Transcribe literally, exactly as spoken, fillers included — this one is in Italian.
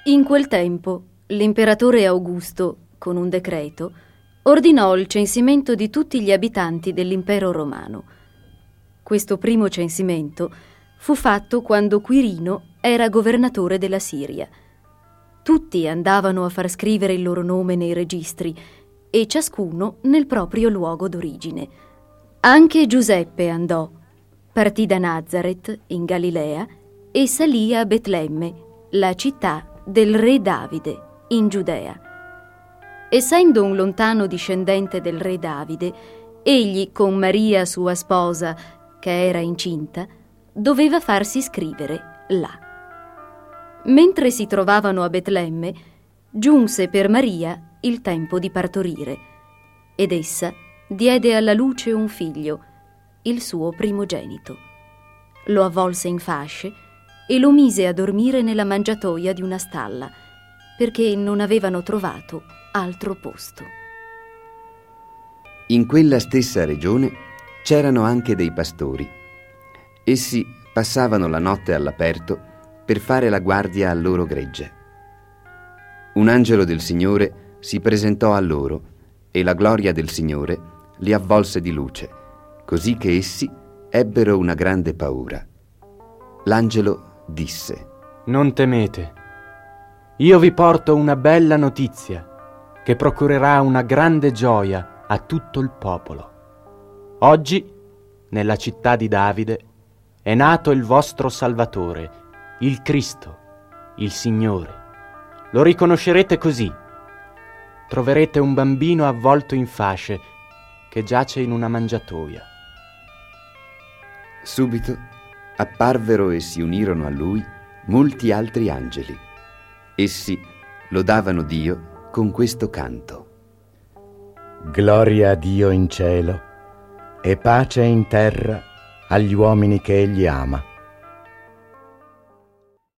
In quel tempo, l'imperatore Augusto, con un decreto, ordinò il censimento di tutti gli abitanti dell'impero romano. Questo primo censimento fu fatto quando Quirino era governatore della Siria. Tutti andavano a far scrivere il loro nome nei registri e ciascuno nel proprio luogo d'origine. Anche Giuseppe andò, partì da Nazaret, in Galilea, e salì a Betlemme, la città del re Davide, in Giudea. Essendo un lontano discendente del re Davide, egli, con Maria sua sposa, che era incinta, doveva farsi scrivere là. Mentre si trovavano a Betlemme, giunse per Maria il tempo di partorire, ed essa diede alla luce un figlio, il suo primogenito. Lo avvolse in fasce e lo mise a dormire nella mangiatoia di una stalla, perché non avevano trovato altro posto. In quella stessa regione c'erano anche dei pastori. Essi passavano la notte all'aperto per fare la guardia al loro gregge. Un angelo del Signore si presentò a loro e la gloria del Signore li avvolse di luce, così che essi ebbero una grande paura. L'angelo disse: Non temete, io vi porto una bella notizia che procurerà una grande gioia a tutto il popolo. Oggi, nella città di Davide, è nato il vostro Salvatore, il Cristo, il Signore. Lo riconoscerete così: troverete un bambino avvolto in fasce che giace in una mangiatoia. Subito apparvero e si unirono a lui molti altri angeli. Essi lodavano Dio con questo canto: Gloria a Dio in cielo e pace in terra agli uomini che Egli ama.